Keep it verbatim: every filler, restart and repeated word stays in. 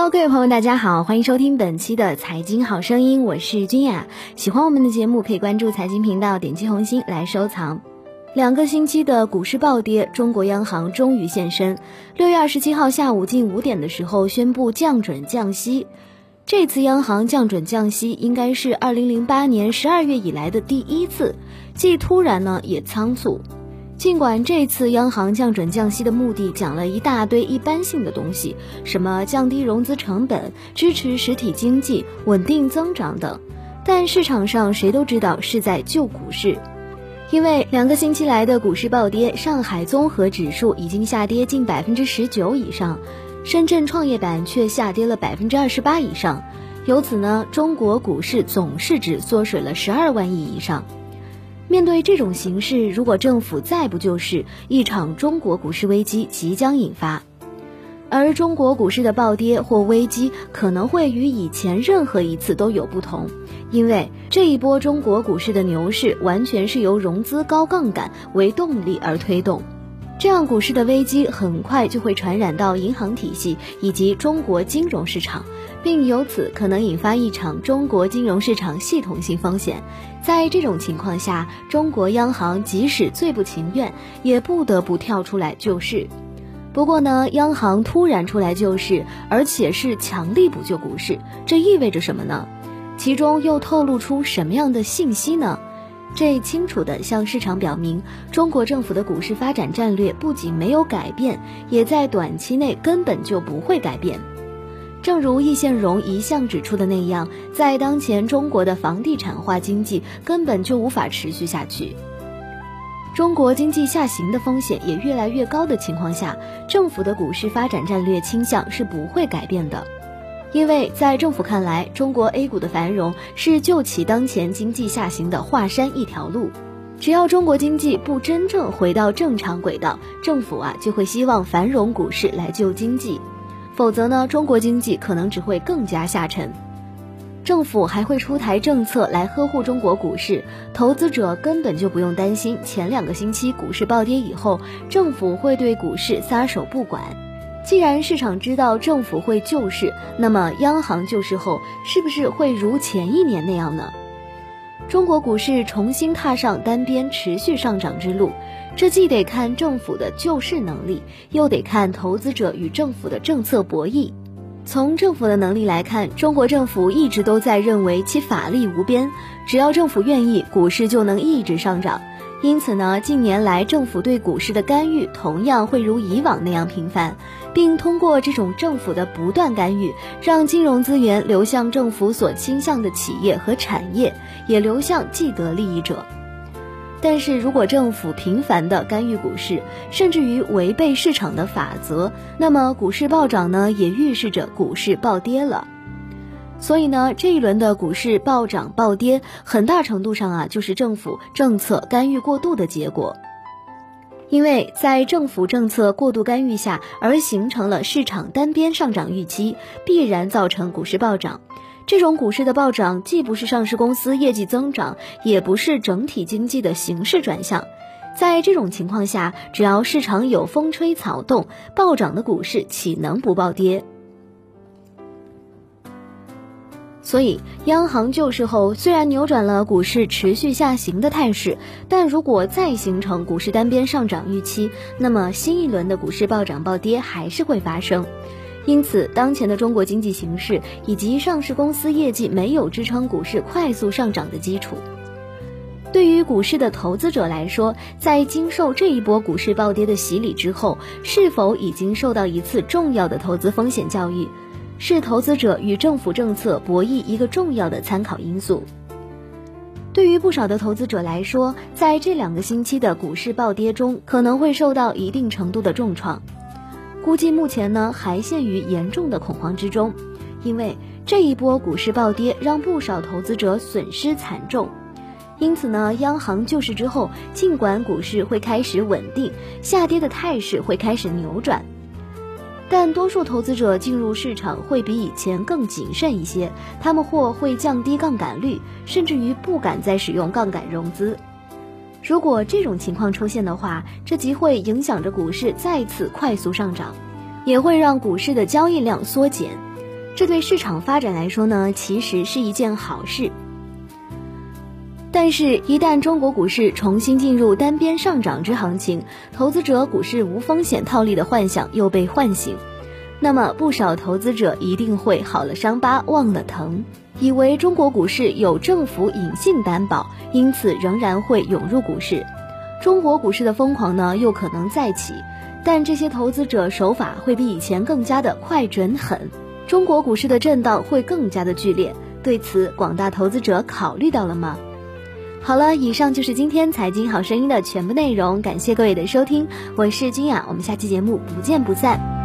Hello， 各位朋友，大家好，欢迎收听本期的财经好声音，我是君雅。喜欢我们的节目，可以关注财经频道，点击红心来收藏。两个星期的股市暴跌，中国央行终于现身。六月二十七号下午近五点的时候宣布降准降息。这次央行降准降息应该是二零零八年十二月以来的第一次，既突然呢也仓促。尽管这次央行降准降息的目的讲了一大堆一般性的东西，什么降低融资成本、支持实体经济、稳定增长等，但市场上谁都知道是在救股市。因为两个星期来的股市暴跌，上海综合指数已经下跌近 百分之十九 以上，深圳创业板却下跌了 百分之二十八 以上，由此呢，中国股市总市值缩水了十二万亿以上。面对这种形势，如果政府再不救市，一场中国股市危机即将引发。而中国股市的暴跌或危机可能会与以前任何一次都有不同，因为这一波中国股市的牛市完全是由融资高杠杆为动力而推动。这样股市的危机很快就会传染到银行体系以及中国金融市场，并由此可能引发一场中国金融市场系统性风险。在这种情况下，中国央行即使最不情愿，也不得不跳出来救市。不过呢，央行突然出来救市，而且是强力补救股市，这意味着什么呢？其中又透露出什么样的信息呢？这清楚地向市场表明，中国政府的股市发展战略不仅没有改变，也在短期内根本就不会改变。正如易宪荣一向指出的那样，在当前中国的房地产化经济根本就无法持续下去。中国经济下行的风险也越来越高的情况下，政府的股市发展战略倾向是不会改变的。因为在政府看来，中国 A 股的繁荣是救其当前经济下行的华山一条路。只要中国经济不真正回到正常轨道，政府啊就会希望繁荣股市来救经济。否则呢，中国经济可能只会更加下沉。政府还会出台政策来呵护中国股市，投资者根本就不用担心前两个星期股市暴跌以后，政府会对股市撒手不管。既然市场知道政府会救市，那么央行救市后是不是会如前一年那样呢？中国股市重新踏上单边持续上涨之路，这既得看政府的救市能力，又得看投资者与政府的政策博弈。从政府的能力来看，中国政府一直都在认为其法力无边，只要政府愿意，股市就能一直上涨。因此呢，近年来政府对股市的干预同样会如以往那样频繁，并通过这种政府的不断干预，让金融资源流向政府所倾向的企业和产业，也流向既得利益者。但是如果政府频繁地干预股市，甚至于违背市场的法则，那么股市暴涨呢，也预示着股市暴跌了。所以呢，这一轮的股市暴涨暴跌，很大程度上啊，就是政府政策干预过度的结果。因为在政府政策过度干预下，而形成了市场单边上涨预期，必然造成股市暴涨。这种股市的暴涨，既不是上市公司业绩增长，也不是整体经济的形势转向。在这种情况下，只要市场有风吹草动，暴涨的股市岂能不暴跌？所以央行救市后，虽然扭转了股市持续下行的态势，但如果再形成股市单边上涨预期，那么新一轮的股市暴涨暴跌还是会发生。因此，当前的中国经济形势以及上市公司业绩没有支撑股市快速上涨的基础。对于股市的投资者来说，在经受这一波股市暴跌的洗礼之后，是否已经受到一次重要的投资风险教育，是投资者与政府政策博弈一个重要的参考因素。对于不少的投资者来说，在这两个星期的股市暴跌中，可能会受到一定程度的重创。估计目前呢还陷于严重的恐慌之中，因为这一波股市暴跌让不少投资者损失惨重。因此呢，央行救市之后，尽管股市会开始稳定，下跌的态势会开始扭转，但多数投资者进入市场会比以前更谨慎一些，他们或会降低杠杆率，甚至于不敢再使用杠杆融资。如果这种情况出现的话，这即会影响着股市再次快速上涨，也会让股市的交易量缩减。 这对市场发展来说呢，其实是一件好事。但是，一旦中国股市重新进入单边上涨之行情，投资者股市无风险套利的幻想又被唤醒，那么不少投资者一定会好了伤疤忘了疼，以为中国股市有政府隐性担保，因此仍然会涌入股市。中国股市的疯狂呢，又可能再起，但这些投资者手法会比以前更加的快准狠，中国股市的震荡会更加的剧烈。对此，广大投资者考虑到了吗？好了，以上就是今天财经好声音的全部内容，感谢各位的收听，我是君雅，我们下期节目不见不散。